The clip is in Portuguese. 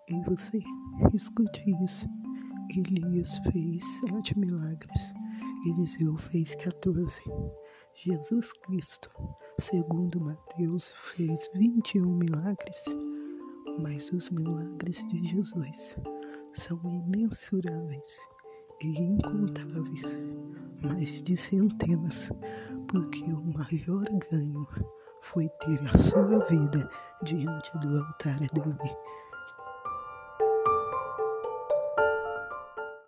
E você, escute isso. Elias fez 7 milagres. Eliseu fez 14. Jesus Cristo, segundo Mateus, fez 21 milagres. Mas os milagres de Jesus são imensuráveis e incontáveis, mais de centenas, porque o maior ganho foi ter a sua vida diante do altar dele.